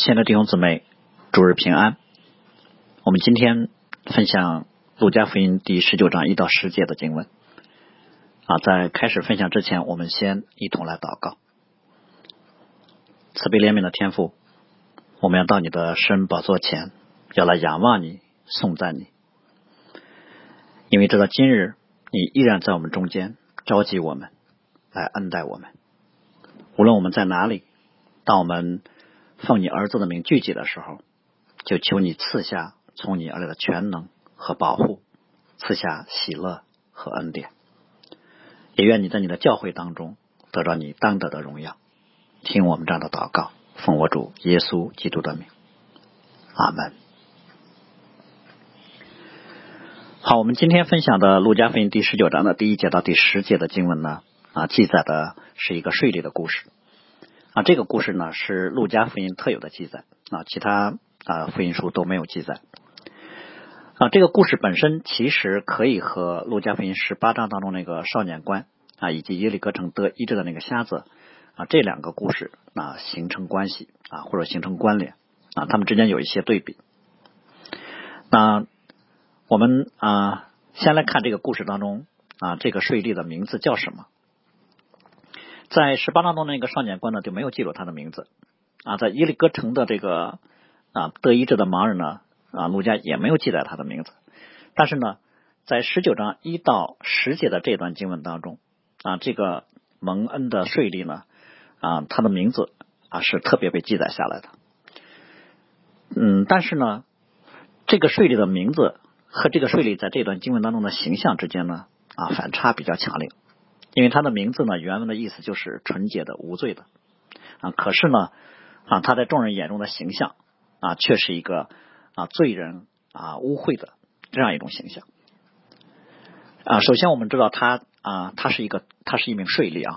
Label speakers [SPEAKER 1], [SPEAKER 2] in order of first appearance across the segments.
[SPEAKER 1] 亲爱的弟兄姊妹，主日平安。我们今天分享路加福音第19章1到10节的经文。在开始分享之前，我们先一同来祷告。慈悲怜悯的天父，我们要到你的施恩宝座前，要来仰望你，颂赞你，因为直到今日，你依然在我们中间召集我们，来恩待我们。无论我们在哪里，当我们奉你儿子的名聚集的时候，就求你赐下从你而来的全能和保护，赐下喜乐和恩典。也愿你在你的教会当中得到你当得的荣耀。听我们这样的祷告，奉我主耶稣基督的名，阿们。好，我们今天分享的路加福音第19章的第1节到第10节的经文呢，记载的是一个税吏的故事。这个故事呢是路加福音特有的记载，其他福音书都没有记载。这个故事本身其实可以和路加福音18章当中那个少年官以及耶利哥城得医治的那个瞎子这两个故事形成关系或者形成关联他们之间有一些对比。那我们先来看这个故事当中这个税吏的名字叫什么。在18章中那个少年官呢就没有记录他的名字在耶利哥城的这个得医治的盲人呢路加也没有记载他的名字。但是呢在19章1到10节的这段经文当中这个蒙恩的税吏呢他的名字是特别被记载下来的。但是呢这个税吏的名字和这个税吏在这段经文当中的形象之间呢反差比较强烈。因为他的名字呢原文的意思就是纯洁的无罪的可是呢他在众人眼中的形象却是一个罪人污秽的这样一种形象。首先我们知道他是一名税吏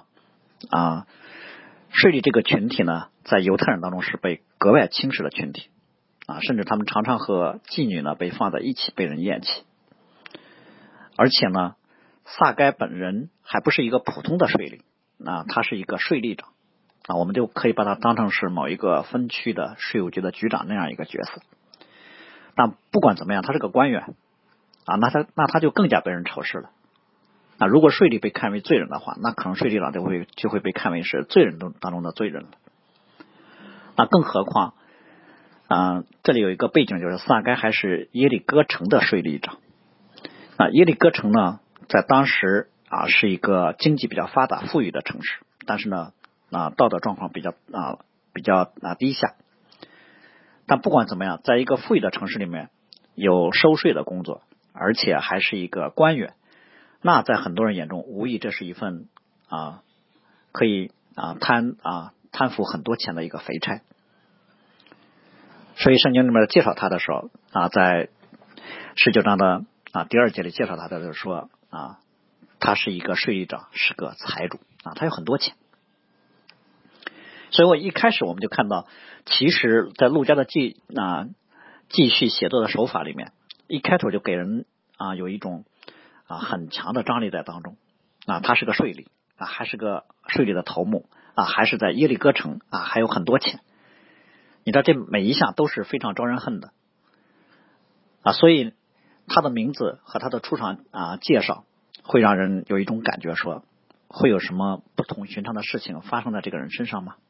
[SPEAKER 1] 税吏这个群体呢在犹太人当中是被格外轻视的群体甚至他们常常和妓女呢被放在一起被人厌弃。而且呢撒该本人还不是一个普通的税吏他是一个税吏长我们就可以把他当成是某一个分区的税务局的局长那样一个角色。但不管怎么样他是个官员那他就更加被人仇视了。如果税吏被看为罪人的话，那可能税吏长就会被看为是罪人当中的罪人了。更何况这里有一个背景，就是撒该还是耶利哥城的税吏长。耶利哥城呢在当时是一个经济比较发达富裕的城市，但是呢道德状况比较低下。但不管怎么样，在一个富裕的城市里面有收税的工作，而且还是一个官员，那在很多人眼中无疑这是一份可以贪腐很多钱的一个肥差。所以圣经里面介绍他的时候在19章的第2节里介绍他的就是说他是一个税吏长，是个财主他有很多钱。所以我一开始我们就看到，其实在路加的继续写作的手法里面，一开头就给人有一种很强的张力在当中他是个税吏还是个税吏的头目还是在耶利哥城还有很多钱。你知道这每一项都是非常招人恨的所以他的名字和他的出场介绍会让人有一种感觉，说会有什么不同寻常的事情发生在这个人身上吗？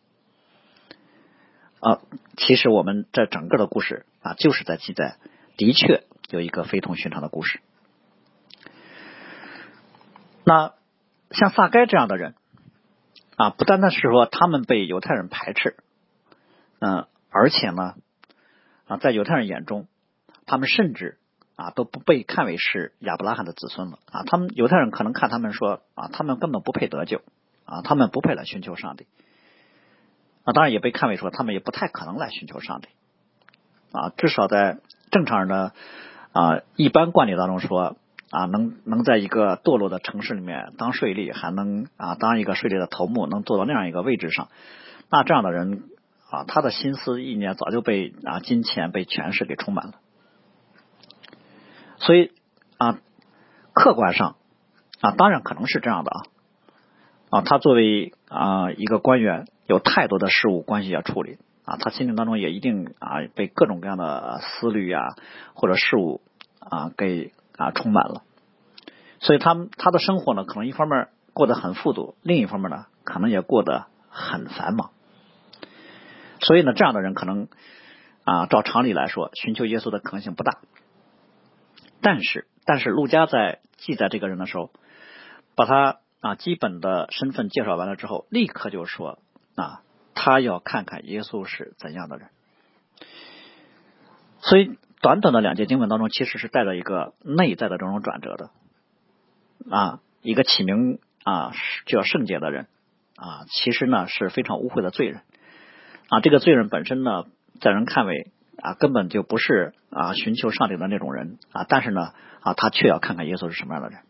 [SPEAKER 1] 其实我们这整个的故事就是在记载的确有一个非同寻常的故事。那像撒该这样的人不单单是说他们被犹太人排斥而且呢在犹太人眼中他们甚至都不被看为是亚伯拉罕的子孙了他们犹太人可能看他们说他们根本不配得救他们不配来寻求上帝当然也被看为说他们也不太可能来寻求上帝至少在正常人的一般惯例当中说能在一个堕落的城市里面当税吏，还能当一个税吏的头目，能做到那样一个位置上，那这样的人他的心思意念早就被金钱被权势给充满了。所以客观上当然可能是这样的他作为一个官员有太多的事务关系要处理他心灵当中也一定被各种各样的思虑或者事物给充满了，所以他的生活呢，可能一方面过得很富足，另一方面呢，可能也过得很繁忙。所以呢，这样的人可能照常理来说，寻求耶稣的可能性不大。但是路加在记载这个人的时候，把他基本的身份介绍完了之后，立刻就说他要看看耶稣是怎样的人。所以短短的2节经文当中，其实是带着一个内在的这种转折的一个起名叫圣洁的人其实呢是非常污秽的罪人这个罪人本身呢，在人看为根本就不是寻求上帝的那种人但是呢他却要看看耶稣是什么样的人。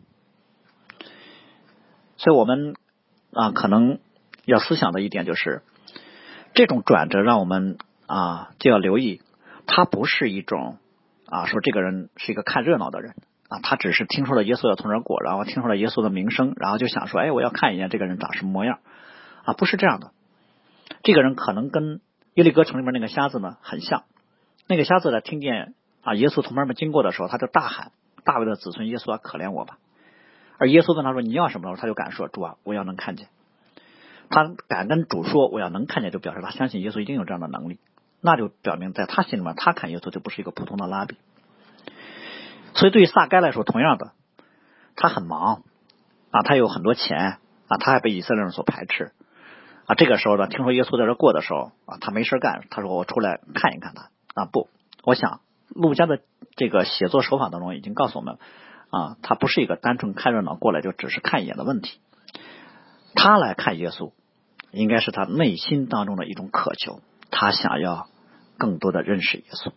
[SPEAKER 1] 所以我们可能要思想的一点就是，这种转折让我们就要留意，他不是一种说这个人是一个看热闹的人他只是听说了耶稣要从这儿过，然后听说了耶稣的名声，然后就想说我要看一眼这个人长什么模样不是这样的。这个人可能跟耶利哥城里面那个瞎子呢很像，那个瞎子呢听见耶稣从旁边经过的时候，他就大喊，大卫的子孙耶稣可怜我吧。而耶稣问他说你要什么的时候，他就敢说主我要能看见。他敢跟主说我要能看见，就表示他相信耶稣一定有这样的能力，那就表明在他心里面，他看耶稣就不是一个普通的拉比。所以对于撒该来说，同样的，他很忙他有很多钱他还被以色列人所排斥这个时候呢，听说耶稣在这过的时候他没事干，他说我出来看一看他不，我想路加的这个写作手法当中已经告诉我们他不是一个单纯看热闹过来就只是看一眼的问题，他来看耶稣应该是他内心当中的一种渴求，他想要更多的认识耶稣。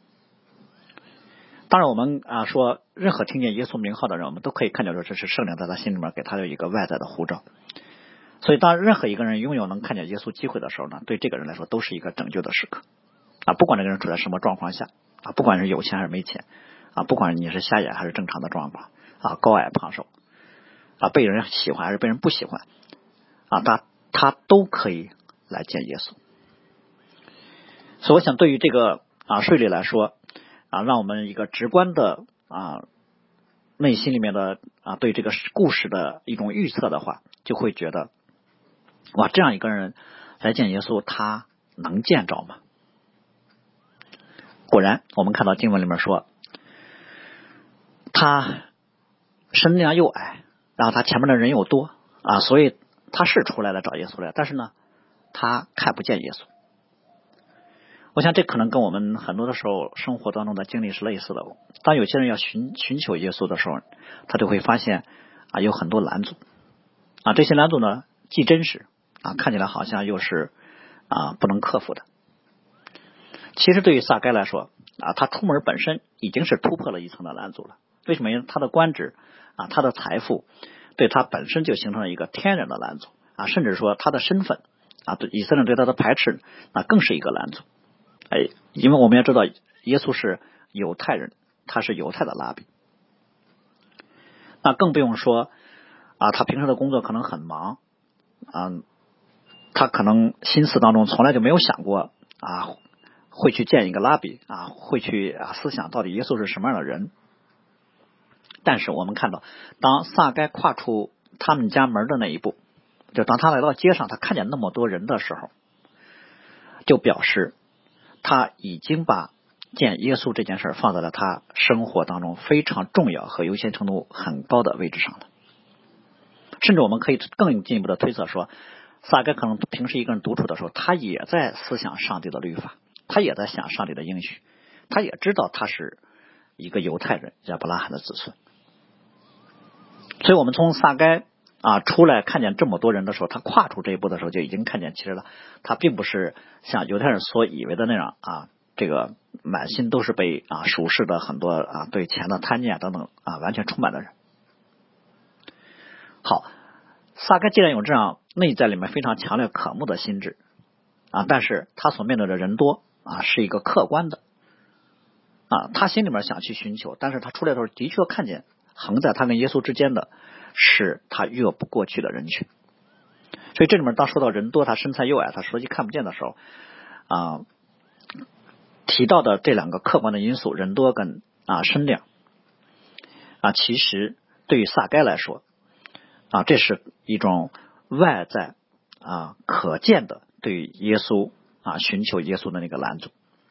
[SPEAKER 1] 当然我们说任何听见耶稣名号的人，我们都可以看见说这是圣灵在他心里面给他的一个外在的呼召。所以当任何一个人拥有能看见耶稣机会的时候呢，对这个人来说都是一个拯救的时刻不管这个人处在什么状况下不管是有钱还是没钱不管你是瞎眼还是正常的状况高矮胖瘦被人喜欢还是被人不喜欢他都可以来见耶稣。所以我想对于这个税吏来说让我们一个直观的内心里面的对这个故事的一种预测的话，就会觉得这样一个人来见耶稣，他能见着吗？果然我们看到经文里面说，他身量又矮，然后他前面的人又多所以他是出来了找耶稣来，但是呢他看不见耶稣。我想这可能跟我们很多的时候生活当中的经历是类似的。当有些人要寻求耶稣的时候，他就会发现有很多拦阻这些拦阻呢既真实看起来好像又是不能克服的。其实对于撒该来说他出门本身已经是突破了一层的拦阻了。为什么？因为他的官职他的财富对他本身就形成了一个天然的拦阻甚至说他的身份对以色列人对他的排斥更是一个拦阻。因为我们要知道耶稣是犹太人，他是犹太的拉比，那更不用说他平时的工作可能很忙他可能心思当中从来就没有想过会去见一个拉比会去思想到底耶稣是什么样的人。但是我们看到当撒该跨出他们家门的那一步，就当他来到街上，他看见那么多人的时候，就表示他已经把见耶稣这件事放在了他生活当中非常重要和优先程度很高的位置上了。甚至我们可以更进一步的推测说，撒该可能平时一个人独处的时候，他也在思想上帝的律法，他也在想上帝的应许，他也知道他是一个犹太人亚伯拉罕的子孙。所以我们从撒该出来看见这么多人的时候，他跨出这一步的时候，就已经看见其实他并不是像犹太人所以为的那样这个满心都是被属世的很多对钱的贪念等等完全充满的人。好，撒该既然有这样内在里面非常强烈渴慕的心智但是他所面对的人多是一个客观的他心里面想去寻求，但是他出来的时候的确看见横在他跟耶稣之间的是他越不过去的人群。所以这里面当说到人多，他身材又矮，他实际看不见的时候提到的这两个客观的因素，人多跟身量其实对于撒该来说这是一种外在可见的对于耶稣寻求耶稣的那个拦阻。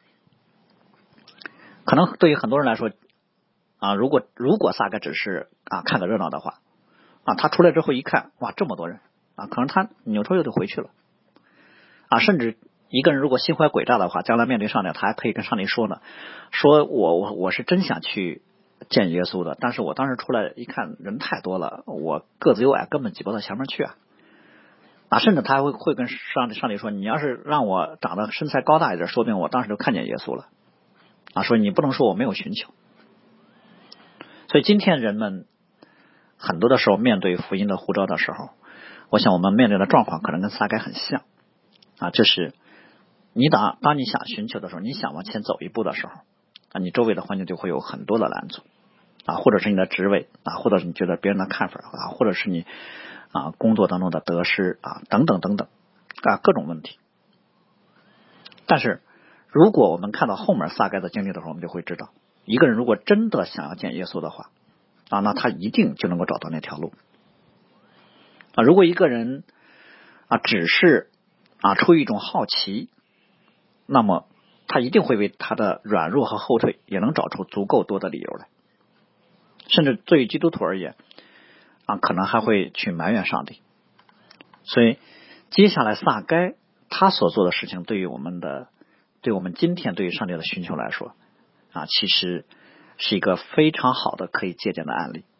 [SPEAKER 1] 可能对于很多人来说如果撒该只是看个热闹的话他出来之后一看，哇，这么多人可能他扭头又就回去了甚至一个人如果心怀诡诈的话，将来面对上帝，他还可以跟上帝说呢，说我是真想去见耶稣的，但是我当时出来一看人太多了，我个子又矮，根本挤不到前面去甚至他还会跟上帝说，你要是让我长得身材高大一点，说不定我当时就看见耶稣了说你不能说我没有寻求。所以今天人们很多的时候面对福音的呼召的时候，我想我们面对的状况可能跟撒该很像就是当你想寻求的时候，你想往前走一步的时候你周围的环境就会有很多的拦阻或者是你的职位或者是你觉得别人的看法或者是你工作当中的得失等等等等各种问题。但是如果我们看到后面撒该的经历的时候，我们就会知道，一个人如果真的想要见耶稣的话那他一定就能够找到那条路如果一个人只是出于一种好奇，那么他一定会为他的软弱和后退也能找出足够多的理由来，甚至对于基督徒而言可能还会去埋怨上帝。所以接下来撒该他所做的事情，对我们今天对于上帝的寻求来说其实是一个非常好的可以借鉴的案例。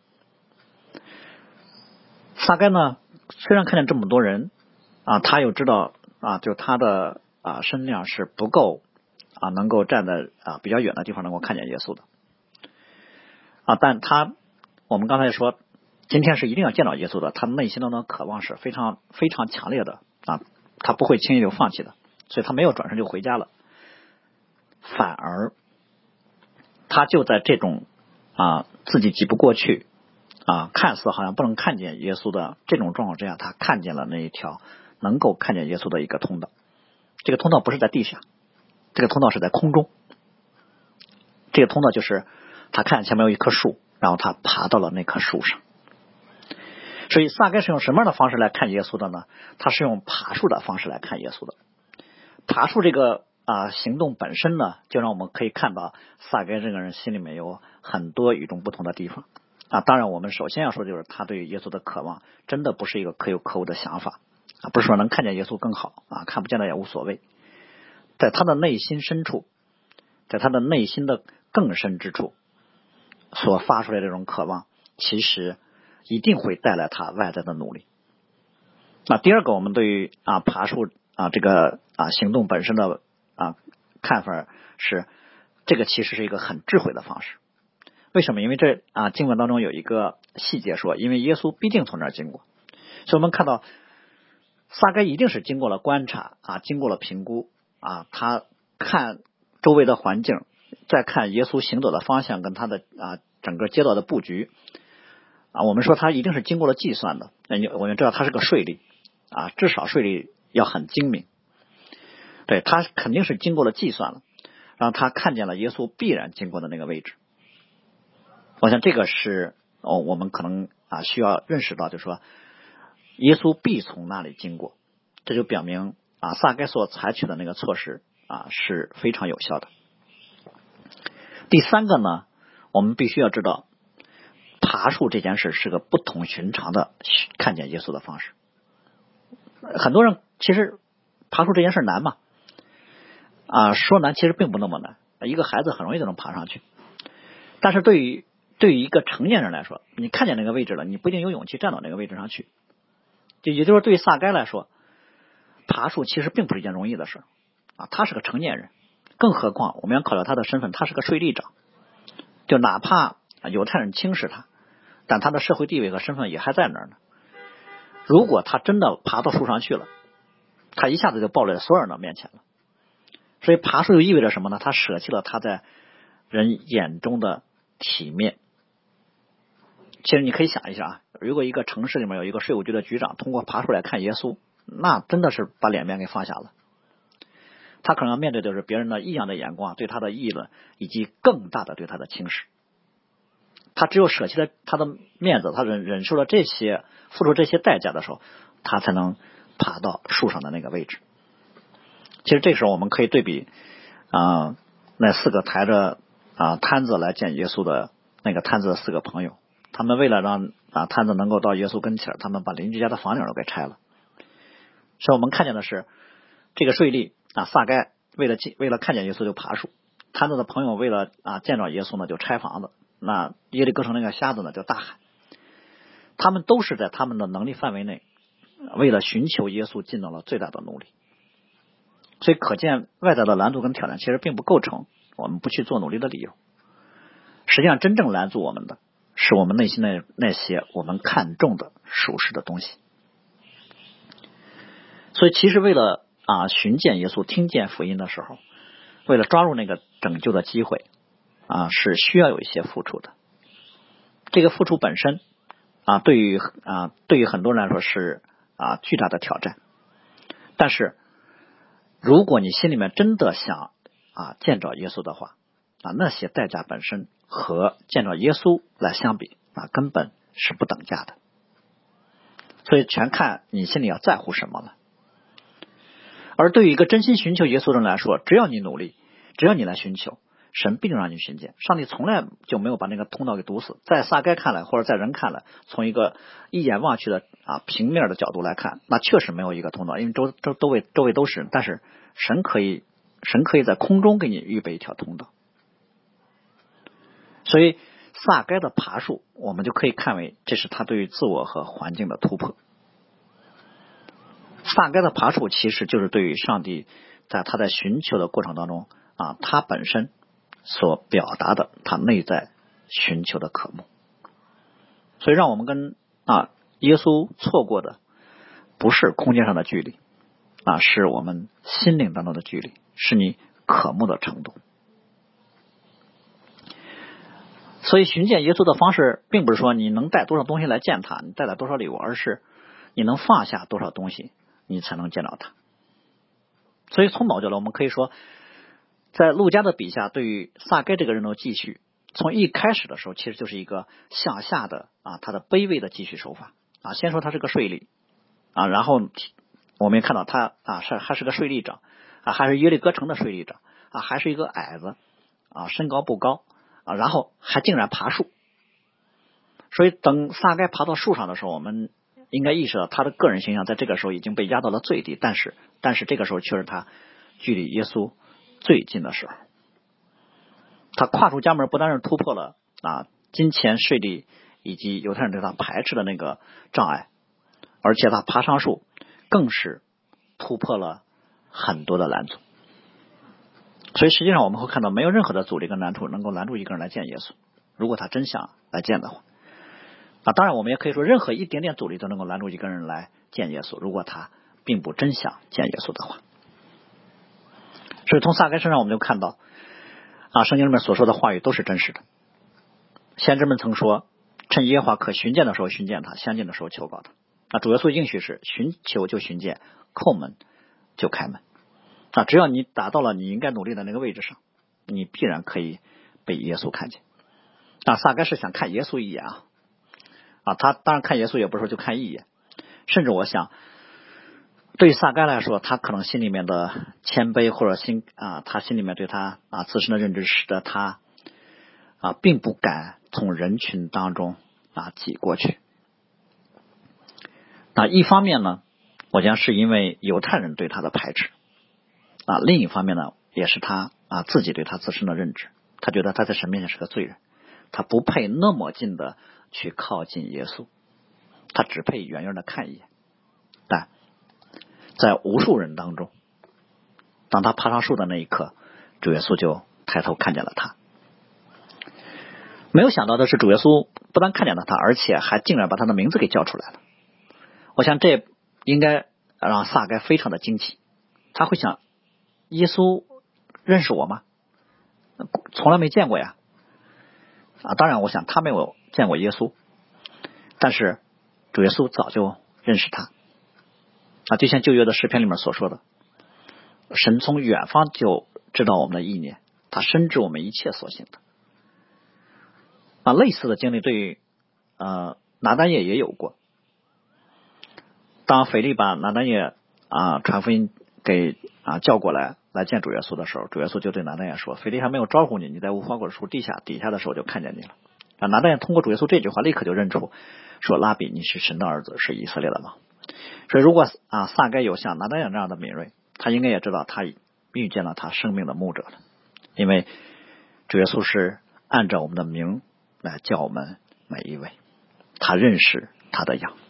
[SPEAKER 1] 撒该呢，虽然看见这么多人他又知道就他的身量是不够能够站在比较远的地方能够看见耶稣的但我们刚才说今天是一定要见到耶稣的，他内心当中的渴望是非常非常强烈的他不会轻易就放弃的，所以他没有转身就回家了，反而他就在这种自己挤不过去看似好像不能看见耶稣的这种状况之下，他看见了那一条能够看见耶稣的一个通道。这个通道不是在地下，这个通道是在空中。这个通道就是他看前面有一棵树，然后他爬到了那棵树上。所以撒该是用什么样的方式来看耶稣的呢？他是用爬树的方式来看耶稣的。爬树这个行动本身呢，就让我们可以看到撒该这个人心里面有很多与众不同的地方当然我们首先要说，就是他对耶稣的渴望真的不是一个可有可无的想法不是说能看见耶稣更好看不见的也无所谓。在他的内心深处，在他的内心的更深之处所发出来的这种渴望，其实一定会带来他外在的努力。第二个，我们对于爬树这个行动本身的看法是，这个其实是一个很智慧的方式。为什么？因为这经文当中有一个细节说，因为耶稣必定从这儿经过，所以我们看到撒该一定是经过了观察经过了评估他看周围的环境，再看耶稣行走的方向跟他的整个街道的布局我们说他一定是经过了计算的。我们知道他是个税吏至少税吏要很精明，对，他肯定是经过了计算了，然后他看见了耶稣必然经过的那个位置。我想这个是我们可能需要认识到，就是说耶稣必从那里经过，这就表明撒该所采取的那个措施是非常有效的。第三个呢，我们必须要知道爬树这件事是个不同寻常的看见耶稣的方式。很多人其实爬树这件事难嘛说难其实并不那么难，一个孩子很容易就能爬上去。但是对于一个成年人来说，你看见那个位置了，你不一定有勇气站到那个位置上去。也就是对于撒该来说，爬树其实并不是一件容易的事他是个成年人，更何况我们要考虑他的身份，他是个税吏长，就哪怕犹太人轻视他，但他的社会地位和身份也还在那儿呢。如果他真的爬到树上去了，他一下子就暴露在所有人的面前了。所以爬树就意味着什么呢？他舍弃了他在人眼中的体面。其实你可以想一下如果一个城市里面有一个税务局的局长通过爬树来看耶稣，那真的是把脸面给放下了。 他可能要面对的是别人的异样的眼光，对他的议论，以及更大的对他的轻视。他只有舍弃了他的面子，他忍受了这些，付出这些代价的时候，他才能爬到树上的那个位置。其实这时候我们可以对比那4个抬着摊子来见耶稣的那个摊子的4个朋友，他们为了让摊子能够到耶稣跟前，他们把邻居家的房顶都给拆了。所以我们看见的是这个税吏撒该为了看见耶稣就爬树，摊子的朋友为了见着耶稣呢就拆房子，那耶利哥城那个瞎子呢就大喊。他们都是在他们的能力范围内，为了寻求耶稣尽到了最大的努力。所以可见外在的拦阻跟挑战其实并不构成我们不去做努力的理由。实际上真正拦阻我们的是我们内心的那些我们看重的属实的东西。所以其实为了寻见耶稣，听见福音的时候，为了抓住那个拯救的机会是需要有一些付出的。这个付出本身对于很多人来说是巨大的挑战。但是如果你心里面真的想见着耶稣的话那些代价本身和见着耶稣来相比根本是不等价的。所以全看你心里要在乎什么了。而对于一个真心寻求耶稣的人来说，只要你努力，只要你来寻求，神必定让你寻见。上帝从来就没有把那个通道给堵死。在撒该看来，或者在人看来，从一个一眼望去的平面的角度来看，那确实没有一个通道，因为周围都是人。但是神可以在空中给你预备一条通道。所以撒该的爬树，我们就可以看为这是他对于自我和环境的突破。撒该的爬树其实就是对于上帝他在寻求的过程当中他本身所表达的他内在寻求的渴慕。所以让我们跟耶稣错过的不是空间上的距离是我们心灵当中的距离，是你渴慕的程度。所以寻见耶稣的方式并不是说你能带多少东西来见他，你带来多少礼物，而是你能放下多少东西你才能见到他。所以从某角度我们可以说，在路加的笔下对于撒该这个人的继续，从一开始的时候其实就是一个向下的他的卑微的继续手法先说他是个税吏然后我们也看到他还是个税吏长还是耶利哥城的税吏长还是一个矮子身高不高然后还竟然爬树。所以等撒该爬到树上的时候，我们应该意识到他的个人形象在这个时候已经被压到了最低，但是这个时候却是他距离耶稣最近的时候。他跨出家门，不单是突破了金钱税吏以及犹太人对他排斥的那个障碍，而且他爬上树更是突破了很多的拦阻。所以实际上我们会看到，没有任何的阻力跟难处能够拦住一个人来见耶稣，如果他真想来见的话当然我们也可以说，任何一点点阻力都能够拦住一个人来见耶稣，如果他并不真想见耶稣的话。所以从撒该身上我们就看到圣经里面所说的话语都是真实的。先知们曾说，趁耶和华可寻见的时候寻见他，相近的时候求告他。主耶稣应许是寻求就寻见，叩门就开门只要你达到了你应该努力的那个位置上，你必然可以被耶稣看见撒该是想看耶稣一眼他当然看耶稣也不是说就看一眼，甚至我想对于撒该来说，他可能心里面的谦卑或者他心里面对他自身的认知使得他并不敢从人群当中挤过去一方面呢，我想是因为犹太人对他的排斥另一方面呢，也是他自己对他自身的认知，他觉得他在神面前是个罪人，他不配那么近的去靠近耶稣，他只配远远的看一眼。但在无数人当中，当他爬上树的那一刻，主耶稣就抬头看见了他。没有想到的是，主耶稣不但看见了他，而且还竟然把他的名字给叫出来了。我想这应该让撒该非常的惊奇，他会想，耶稣认识我吗？从来没见过呀当然我想他没有见过耶稣，但是主耶稣早就认识他就像旧约的诗篇里面所说的神从远方就知道我们的意念，他深知我们一切所行的。类似的经历对于拿单业也有过。当腓力把拿单业传福音给叫过来见主耶稣的时候，主耶稣就对拿单业说：“腓力还没有招呼你，你在无花果树底下的时候就看见你了。”拿单业通过主耶稣这句话立刻就认出说：“拉比，你是神的儿子，是以色列的王。”所以如果撒该有像拿单业这样的敏锐，他应该也知道他遇见了他生命的牧者了，因为主耶稣是按照我们的名来叫我们每一位，他认识他的羊。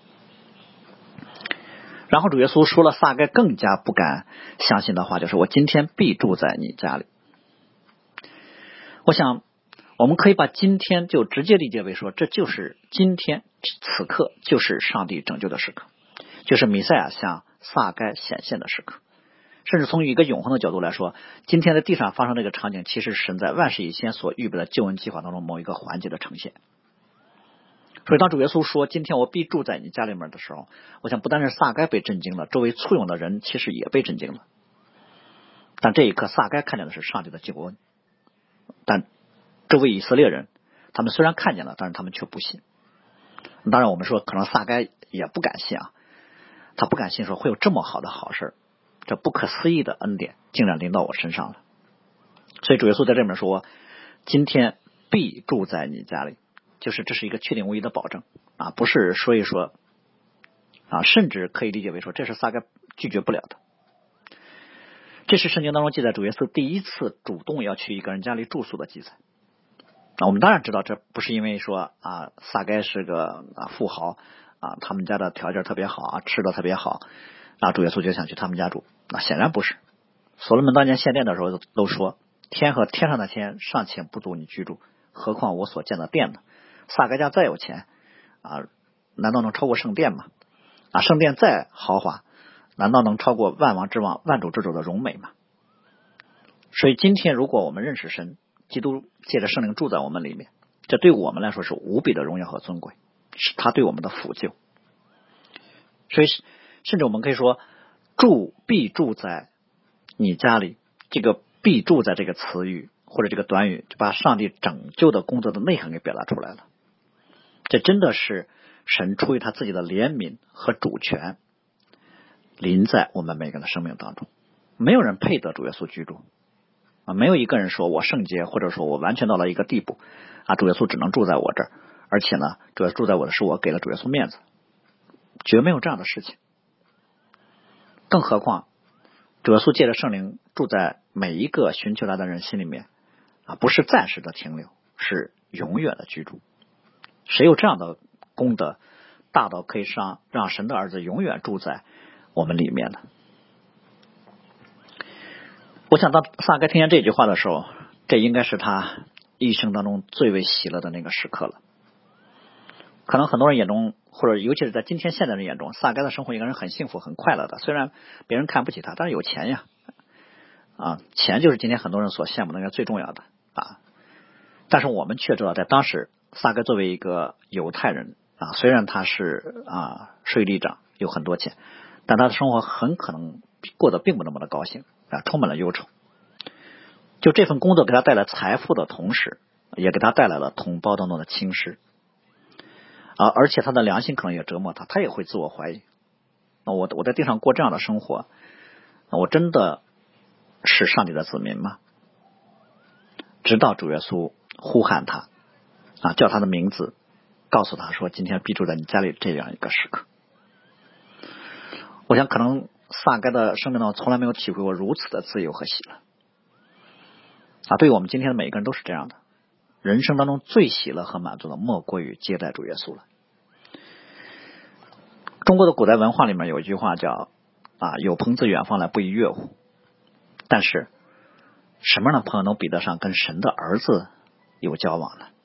[SPEAKER 1] 然后主耶稣说了撒该更加不敢相信的话，就是我今天必住在你家里。我想我们可以把今天就直接理解为说，这就是今天此刻就是上帝拯救的时刻，就是弥赛亚向撒该显现的时刻。甚至从一个永恒的角度来说，今天在地上发生这个场景，其实是神在万事以先所预备的救恩计划当中某一个环节的呈现。所以当主耶稣说今天我必住在你家里面的时候，我想不单是撒该被震惊了，周围簇拥的人其实也被震惊了。但这一刻撒该看见的是上帝的救恩，但这位以色列人他们虽然看见了，但是他们却不信。当然我们说可能撒该也不敢信他不敢信说会有这么好的好事，这不可思议的恩典竟然临到我身上了。所以主耶稣在这面说今天必住在你家里，就是这是一个确定无疑的保证不是说一说甚至可以理解为说这是撒该拒绝不了的。这是圣经当中记载主耶稣第一次主动要去一个人家里住宿的记载。我们当然知道这不是因为说撒该是个富豪他们家的条件特别好吃的特别好主耶稣就想去他们家住，显然不是。所罗门当年献殿的时候都说，天和天上的天尚且不足你居住，何况我所建的殿呢？撒该家再有钱难道能超过圣殿吗？圣殿再豪华，难道能超过万王之王万主之主的荣美吗？所以今天如果我们认识神，基督借着圣灵住在我们里面，这对我们来说是无比的荣耀和尊贵，是他对我们的辅救。所以甚至我们可以说必住在你家里，这个必住在这个词语或者这个短语就把上帝拯救的工作的内涵给表达出来了。这真的是神出于他自己的怜悯和主权临在我们每个人的生命当中。没有人配得主耶稣居住没有一个人说我圣洁或者说我完全到了一个地步主耶稣只能住在我这儿，而且呢主耶稣住在我的是我给了主耶稣面子，绝没有这样的事情。更何况主耶稣借着圣灵住在每一个寻求他的人心里面不是暂时的停留，是永远的居住。谁有这样的功德大到可以让神的儿子永远住在我们里面呢？我想当撒该听见这句话的时候，这应该是他一生当中最为喜乐的那个时刻了。可能很多人眼中，或者尤其是在今天现代人眼中，撒该的生活应该是很幸福很快乐的，虽然别人看不起他，但是有钱呀钱就是今天很多人所羡慕的那个最重要的但是我们却知道在当时撒该作为一个犹太人虽然他是税吏长有很多钱，但他的生活很可能过得并不那么的高兴充满了忧愁。就这份工作给他带来财富的同时，也给他带来了同胞当中的轻视而且他的良心可能也折磨他，他也会自我怀疑我在地上过这样的生活我真的是上帝的子民吗？直到主耶稣呼喊他叫他的名字，告诉他说今天必住在你家里这样一个时刻。我想可能撒该的生命当中从来没有体会过如此的自由和喜乐对于我们今天的每一个人都是这样的。人生当中最喜乐和满足的莫过于接待主耶稣了。中国的古代文化里面有一句话叫有朋自远方来，不亦乐乎。但是什么样的朋友能比得上跟神的儿子有交往呢？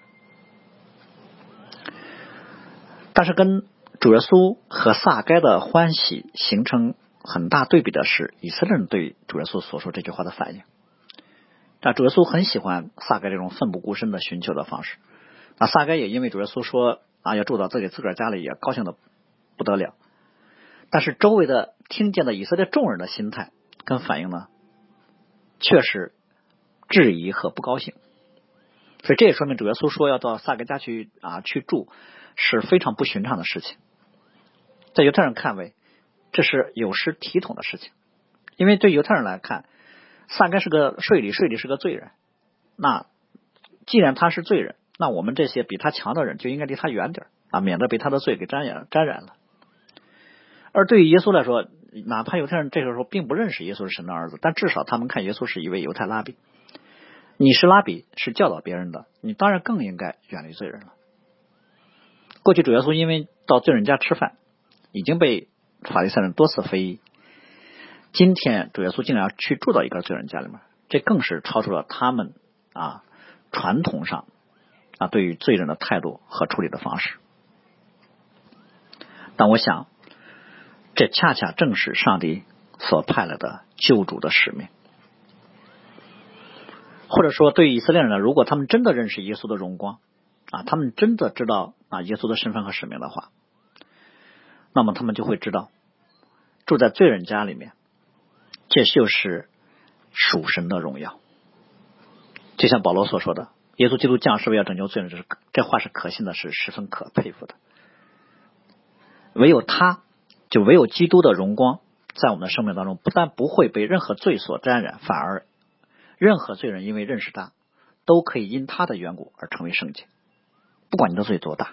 [SPEAKER 1] 但是跟主耶稣和撒该的欢喜形成很大对比的是以色列人对主耶稣所说这句话的反应。但主耶稣很喜欢撒该这种奋不顾身的寻求的方式撒该也因为主耶稣说要住到自个儿家里也高兴的不得了。但是周围的听见的以色列众人的心态跟反应呢，却是质疑和不高兴。所以这也说明主耶稣说要到撒该家去住是非常不寻常的事情。在犹太人看为，这是有失体统的事情，因为对犹太人来看，撒该是个税吏，税吏是个罪人。那既然他是罪人，那我们这些比他强的人就应该离他远点免得被他的罪给沾染了。而对于耶稣来说，哪怕犹太人这个时候并不认识耶稣是神的儿子，但至少他们看耶稣是一位犹太拉比。你是拉比，是教导别人的，你当然更应该远离罪人了。过去主耶稣因为到罪人家吃饭，已经被法利赛人多次非议，今天主耶稣竟然要去住到一个罪人家里面，这更是超出了他们传统上对于罪人的态度和处理的方式。但我想，这恰恰正是上帝所派来的救主的使命。或者说，对于以色列人呢，如果他们真的认识耶稣的荣光他们真的知道耶稣的身份和使命的话，那么他们就会知道，住在罪人家里面，这就是属神的荣耀。就像保罗所说的，耶稣基督降世为要拯救罪人，这话是可信的，是十分可佩服的。唯有他，就唯有基督的荣光在我们的生命当中，不但不会被任何罪所沾染，反而任何罪人因为认识他，都可以因他的缘故而成为圣洁，不管你的罪多大。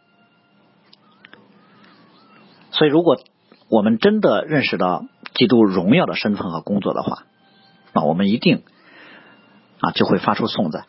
[SPEAKER 1] 所以如果我们真的认识到基督荣耀的身份和工作的话，那我们一定就会发出颂赞。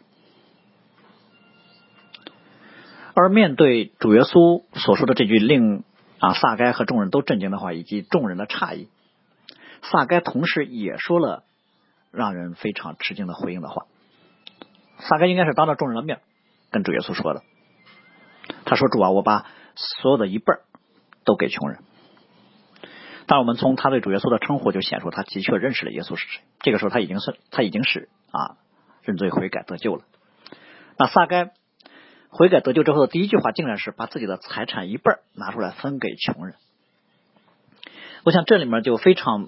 [SPEAKER 1] 而面对主耶稣所说的这句令撒该和众人都震惊的话，以及众人的诧异，撒该同时也说了让人非常吃惊的回应的话。撒该应该是当着众人的面跟主耶稣说的，他说：主我把所有的一半都给穷人。但我们从他对主耶稣的称呼就显出他的确认识了耶稣是谁。这个时候他已经是认罪悔改得救了。那撒该悔改得救之后的第一句话竟然是把自己的财产一半拿出来分给穷人。我想这里面就非常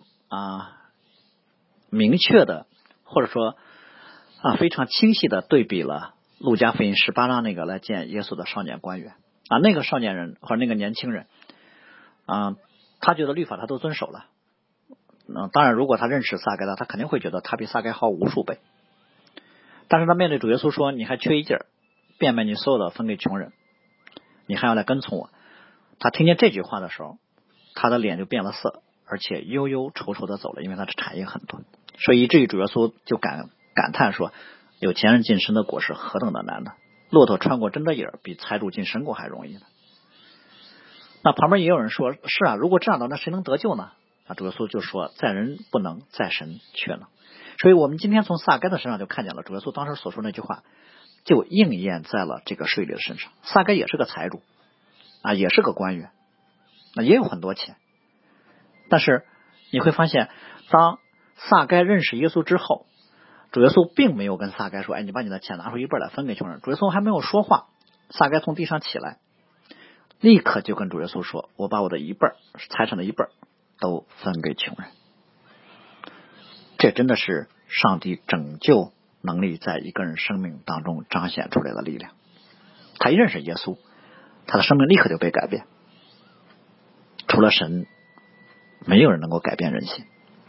[SPEAKER 1] 明确的，或者说非常清晰的对比了路加福音18章那个来见耶稣的少年官员那个少年人或者那个年轻人他觉得律法他都遵守了。当然如果他认识撒该他肯定会觉得他比撒该好无数倍。但是他面对主耶稣说，你还缺一件，变卖你所有的分给穷人，你还要来跟从我。他听见这句话的时候，他的脸就变了色，而且忧忧愁愁的走了，因为他的产业很多。所以以至于主耶稣就感叹说，有钱人进神的国是何等的难的，骆驼穿过针的眼比财主进神国还容易呢。那旁边也有人说，是如果这样的，那谁能得救呢？主耶稣就说，在人不能，在神却能。所以我们今天从撒该的身上就看见了主耶稣当时所说那句话就应验在了这个税吏的身上。撒该也是个财主也是个官员，也有很多钱。但是你会发现，当撒该认识耶稣之后，主耶稣并没有跟撒该说，你把你的钱拿出一半来分给穷人。主耶稣还没有说话，撒该从地上起来，立刻就跟主耶稣说，我把我的一半财产的一半都分给穷人。这真的是上帝拯救能力在一个人生命当中彰显出来的力量。他一认识耶稣，他的生命立刻就被改变。除了神，没有人能够改变人心。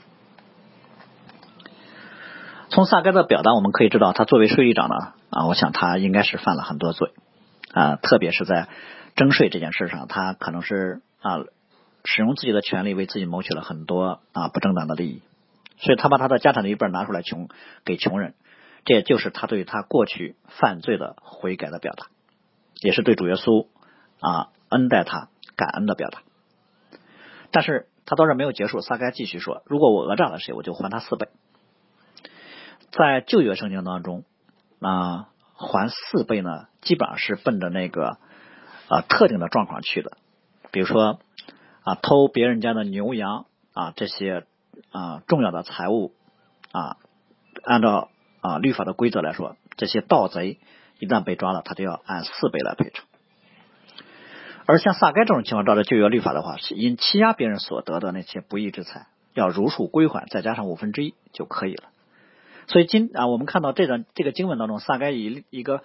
[SPEAKER 1] 从撒该的表达我们可以知道，他作为税吏长呢我想他应该是犯了很多罪特别是在征税这件事上，他可能是使用自己的权利为自己谋取了很多不正当的利益，所以他把他的家产的一半拿出来给穷人，这也就是他对他过去犯罪的悔改的表达，也是对主耶稣恩待他感恩的表达。但是他到这没有结束，撒该继续说，如果我讹诈了谁，我就还他4倍。在旧约圣经当中还4倍呢，基本上是奔着那个特定的状况去的。比如说偷别人家的牛羊这些重要的财物按照律法的规则来说，这些盗贼一旦被抓了，他就要按4倍来赔偿。而像撒该这种情况，照着旧约律法的话，是因欺压别人所得的那些不义之财， 要如数归还，再加上1/5就可以了。所以我们看到这个经文当中，撒该以一个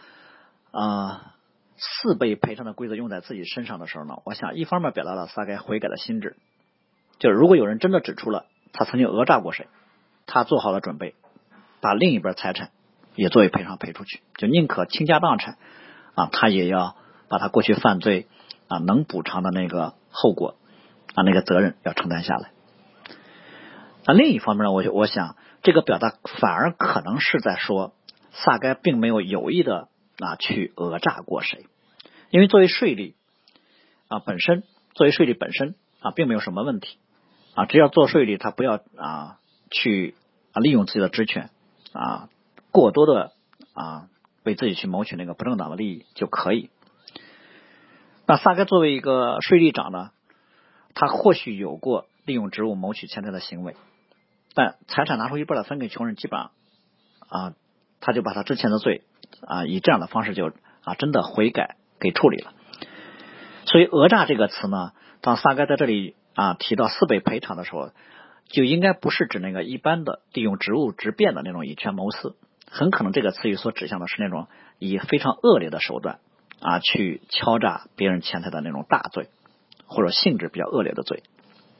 [SPEAKER 1] 4倍赔偿的规则用在自己身上的时候呢，我想一方面表达了撒该悔改的心智，就是如果有人真的指出了他曾经讹诈过谁，他做好了准备，把另一边财产也作为赔偿赔出去，就宁可倾家荡产他也要把他过去犯罪能补偿的那个后果那个责任要承担下来。另一方面呢，我想这个表达反而可能是在说撒该并没有有意的去讹诈过谁，因为作为税吏本身并没有什么问题只要做税吏他不要去利用自己的职权过多的为自己去谋取那个不正当的利益就可以。那撒该作为一个税吏长呢，他或许有过利用职务谋取钱财的行为，但财产拿出一半的分给穷人，基本上他就把他之前的罪以这样的方式就真的悔改给处理了。所以讹诈这个词呢，当撒该在这里提到4倍赔偿的时候，就应该不是指那个一般的利用职务之便的那种以权谋私，很可能这个词语所指向的是那种以非常恶劣的手段去敲诈别人钱财的那种大罪，或者性质比较恶劣的罪。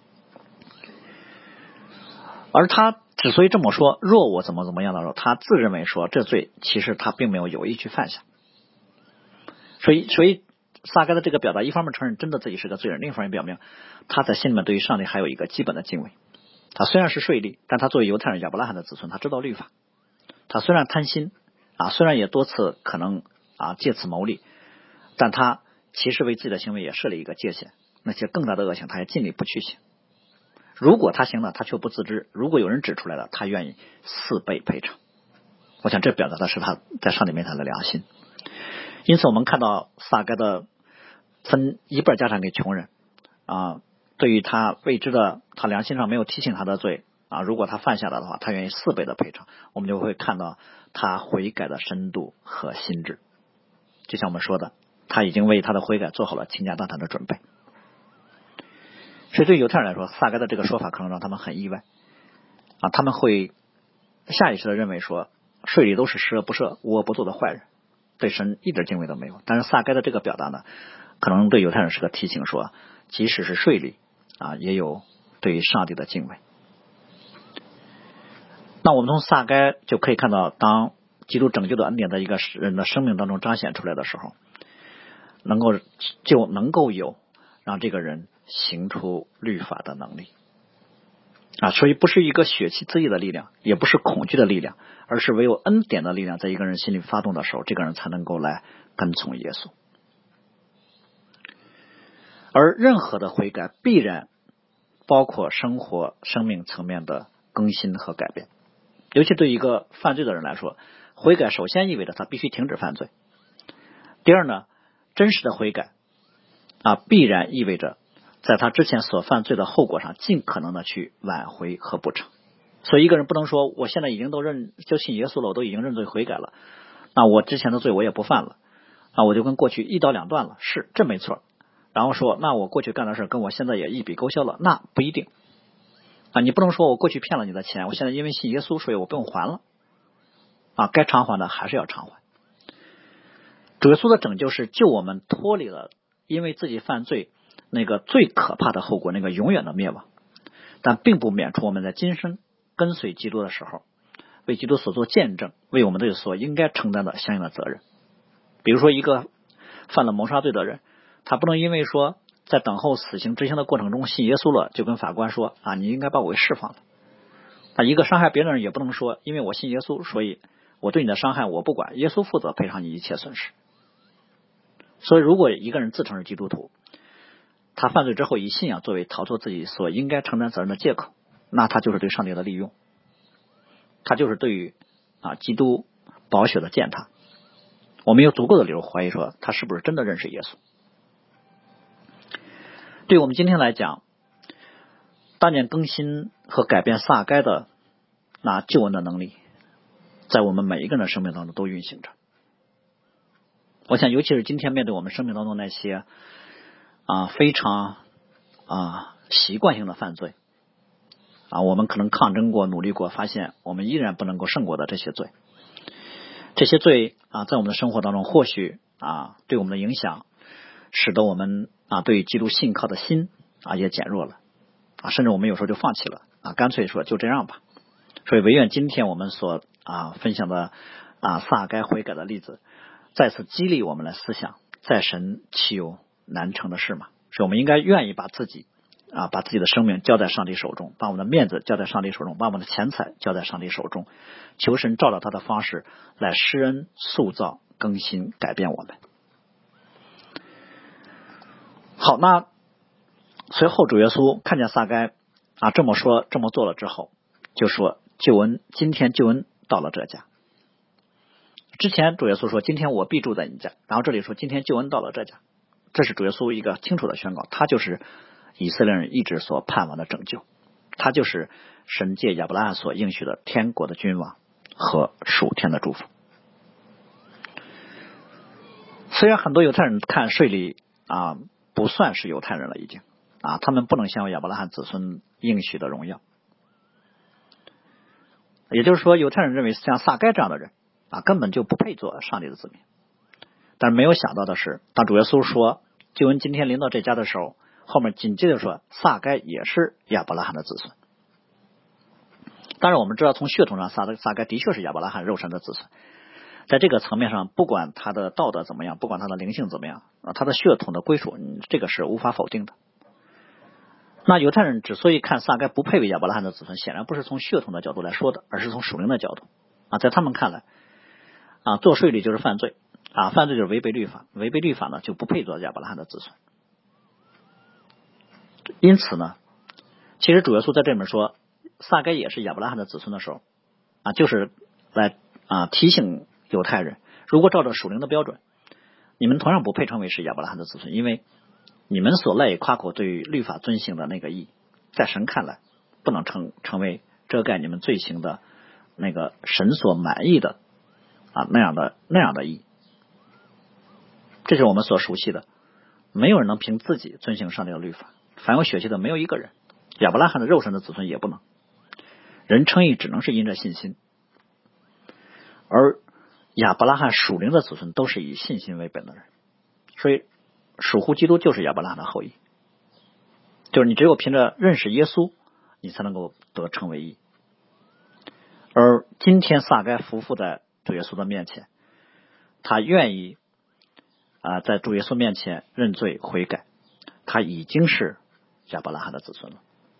[SPEAKER 1] 而他之所以这么说，若我怎么样的时候，他自认为说这罪其实他并没有有意去犯下。所以撒该的这个表达，一方面承认真的自己是个罪人，另一方面表明他在心里面对于上帝还有一个基本的敬畏。他虽然是税吏，但他作为犹太人亚伯拉罕的子孙，他知道律法。他虽然贪心虽然也多次可能借此谋利，但他其实为自己的行为也设立一个界限，那些更大的恶行他也尽力不去行。如果他行了，他却不自知；如果有人指出来了，他愿意4倍赔偿。我想这表达的是他在上帝面前的良心。因此我们看到撒该的分一半家产给穷人对于他未知的他良心上没有提醒他的罪如果他犯下来的话，他愿意4倍的赔偿，我们就会看到他悔改的深度和心智。就像我们说的，他已经为他的悔改做好了倾家荡产的准备。所以对犹太人来说，撒该的这个说法可能让他们很意外他们会下意识的认为说税吏都是十恶不赦无恶不作的坏人，对神一点敬畏都没有。但是撒该的这个表达呢，可能对犹太人是个提醒，说即使是税吏也有对于上帝的敬畏。那我们从撒该就可以看到，当基督拯救的恩典在一个人的生命当中彰显出来的时候，就能够有让这个人行出律法的能力所以不是一个血气自义的力量，也不是恐惧的力量，而是唯有恩典的力量在一个人心里发动的时候，这个人才能够来跟从耶稣。而任何的悔改必然包括生活生命层面的更新和改变。尤其对于一个犯罪的人来说，悔改首先意味着他必须停止犯罪。第二呢，真实的悔改必然意味着在他之前所犯罪的后果上尽可能的去挽回和补偿。所以一个人不能说我现在已经就信耶稣了，我都已经认罪悔改了，那我之前的罪我也不犯了，那我就跟过去一刀两断了，是这没错。然后说那我过去干的事跟我现在也一笔勾销了，那不一定你不能说我过去骗了你的钱，我现在因为信耶稣所以我不用还了该偿还的还是要偿还。主耶稣的拯救是救我们脱离了因为自己犯罪那个最可怕的后果，那个永远的灭亡，但并不免除我们在今生跟随基督的时候为基督所做见证，为我们对所应该承担的相应的责任。比如说一个犯了谋杀罪的人，他不能因为说在等候死刑执行的过程中信耶稣了，就跟法官说你应该把我给释放了。他一个伤害别人的人也不能说因为我信耶稣，所以我对你的伤害我不管，耶稣负责赔偿你一切损失。所以如果一个人自称是基督徒，他犯罪之后以信仰作为逃脱自己所应该承担责任的借口，那他就是对上帝的利用，他就是对于基督宝血的践踏。我们有足够的理由怀疑说他是不是真的认识耶稣。对我们今天来讲，大念更新和改变撒该的救恩的能力在我们每一个人的生命当中都运行着。我想尤其是今天面对我们生命当中那些非常习惯性的犯罪我们可能抗争过、努力过，发现我们依然不能够胜过的这些罪。这些罪在我们的生活当中或许对我们的影响，使得我们对于基督信靠的心也减弱了甚至我们有时候就放弃了干脆说就这样吧。所以唯愿今天我们所分享的撒该悔改的例子，再次激励我们来思想，在神岂有难成的事吗？所以我们应该愿意把自己的生命交在上帝手中，把我们的面子交在上帝手中，把我们的钱财交在上帝手中，求神照着他的方式来施恩、塑造、更新、改变我们。好，那随后主耶稣看见撒该这么说这么做了之后，就说今天救恩到了这家。之前主耶稣说今天我必住在你家，然后这里说今天救恩到了这家，这是主耶稣一个清楚的宣告，他就是以色列人一直所盼望的拯救，他就是神借亚伯拉罕所应许的天国的君王和属天的祝福。虽然很多犹太人看税吏不算是犹太人了已经他们不能享有亚伯拉罕子孙应许的荣耀，也就是说犹太人认为像撒该这样的人根本就不配做上帝的子民。但是没有想到的是，当主耶稣说救恩今天临到这家的时候，后面紧接着说撒该也是亚伯拉罕的子孙。当然我们知道从血统上撒该的确是亚伯拉罕肉身的子孙，在这个层面上不管他的道德怎么样，不管他的灵性怎么样他的血统的归属这个是无法否定的。那犹太人之所以看撒该不配为亚伯拉罕的子孙，显然不是从血统的角度来说的，而是从属灵的角度在他们看来做税吏就是犯罪犯罪就是违背律法，违背律法呢就不配做亚伯拉罕的子孙。因此呢，其实主耶稣在这里面说撒该也是亚伯拉罕的子孙的时候就是来提醒犹太人，如果照着属灵的标准，你们同样不配称为是亚伯拉罕的子孙，因为你们所赖以夸口对于律法遵行的那个义，在神看来不能成为遮盖你们罪行的那个神所满意的那样的义。这是我们所熟悉的，没有人能凭自己遵行上帝的律法，凡有血气的没有一个人，亚伯拉罕的肉身的子孙也不能。人称义只能是因着信心，而亚伯拉罕属灵的子孙都是以信心为本的人，所以属乎基督就是亚伯拉罕的后裔，就是你只有凭着认识耶稣，你才能够得称为义。而今天撒该夫妇在主耶稣的面前，他愿意在主耶稣面前认罪悔改，他已经是亚伯拉罕的子孙了。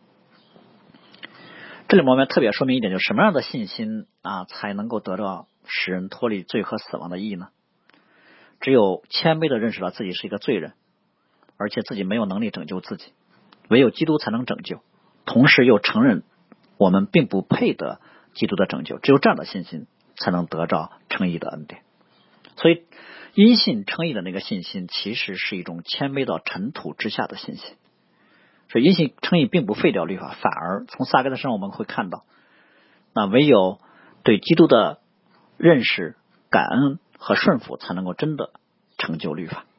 [SPEAKER 1] 这里我们特别说明一点，就是什么样的信心才能够得到使人脱离罪和死亡的义呢？只有谦卑的认识到自己是一个罪人，而且自己没有能力拯救自己，唯有基督才能拯救，同时又承认我们并不配得基督的拯救，只有这样的信心才能得着称义的恩典。所以因信称义的那个信心其实是一种谦卑到尘土之下的信心。所以因信称义并不废掉律法，反而从撒该的身上我们会看到，那唯有对基督的认识、感恩和顺服才能够真的成就律法。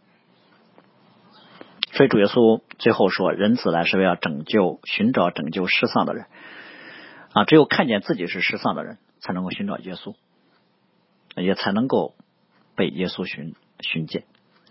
[SPEAKER 1] 所以主耶稣最后说，人子来是为了寻找拯救失丧的人只有看见自己是失丧的人，才能够寻找耶稣，也才能够被耶稣寻见。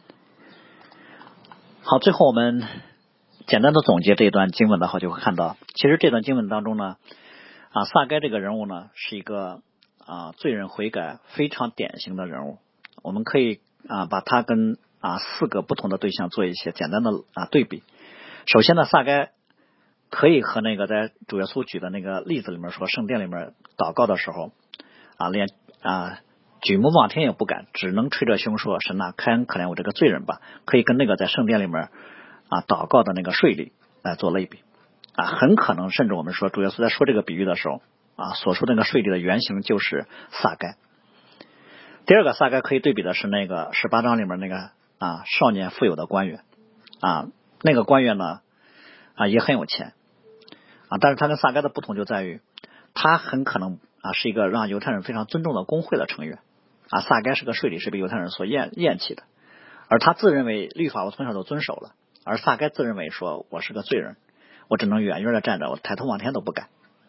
[SPEAKER 1] 好，最后我们简单的总结这一段经文的话，就会看到其实这段经文当中呢撒该这个人物呢是一个罪人悔改非常典型的人物。我们可以把他跟4个不同的对象做一些简单的对比。首先呢，撒该可以和那个在主耶稣举的那个例子里面说，圣殿里面祷告的时候连举目望天也不敢，只能捶着胸说，神开恩可怜我这个罪人吧，可以跟那个在圣殿里面祷告的那个税吏来做类比很可能甚至我们说主耶稣在说这个比喻的时候所说的那个税吏的原型就是撒该。第二个撒该可以对比的是那个18章里面那个少年富有的官员那个官员呢也很有钱但是他跟撒该的不同就在于，他很可能是一个让犹太人非常尊重的公会的成员撒该是个税吏，是被犹太人所厌弃的，而他自认为律法我从小都遵守了，而撒该自认为说我是个罪人，我只能远远的站着，我抬头望天都不敢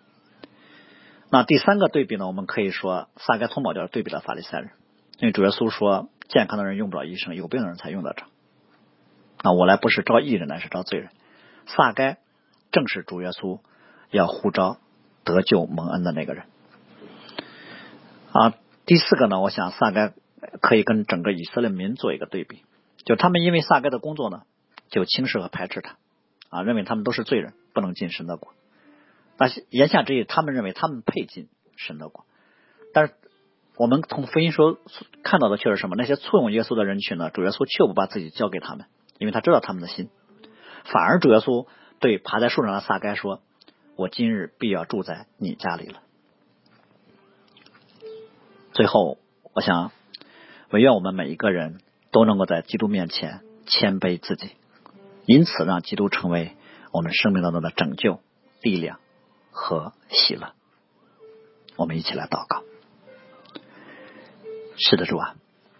[SPEAKER 1] 那第三个对比呢，我们可以说撒该从某角度对比了法利赛人，因为主耶稣说健康的人用不着医生，有病的人才用得着。那我来不是招义人，乃是招罪人。撒该正是主耶稣要呼召得救蒙恩的那个人。第四个呢，我想撒该可以跟整个以色列民做一个对比，就他们因为撒该的工作呢，就轻视和排斥他，认为他们都是罪人，不能进神的国。但是言下之意，他们认为他们配进神的国。但是我们从福音书看到的却是什么？那些簇拥耶稣的人群呢，主耶稣却不把自己交给他们，因为他知道他们的心。反而主耶稣对爬在树上的撒该说，我今日必要住在你家里了。最后我想唯愿我们每一个人都能够在基督面前谦卑自己，因此让基督成为我们生命当中的拯救、力量和喜乐。我们一起来祷告。是的，主啊，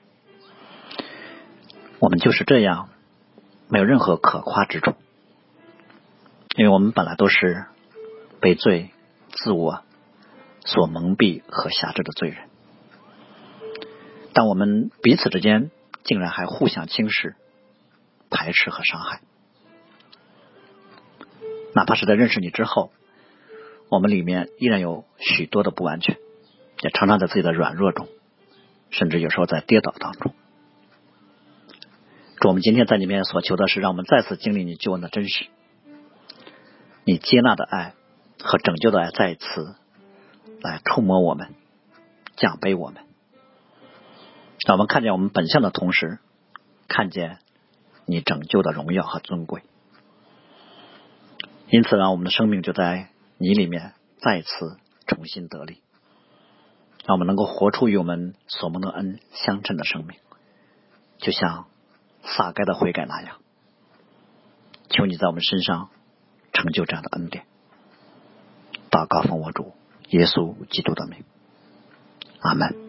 [SPEAKER 1] 我们就是这样，没有任何可夸之处，因为我们本来都是被罪、自我所蒙蔽和辖制的罪人，但我们彼此之间竟然还互相轻视、排斥和伤害。哪怕是在认识你之后，我们里面依然有许多的不安全，也常常在自己的软弱中，甚至有时候在跌倒当中。主，我们今天在你面前所求的是，让我们再次经历你救恩的真实，你接纳的爱和拯救的爱再一次来触摸我们，降卑我们，让我们看见我们本相的同时，看见你拯救的荣耀和尊贵。因此让我们的生命就在你里面再一次重新得力，让我们能够活出与我们所蒙的恩相称的生命，就像撒该的悔改那样。求你在我们身上成就这样的恩典。祷告奉我主耶稣基督的名，阿们。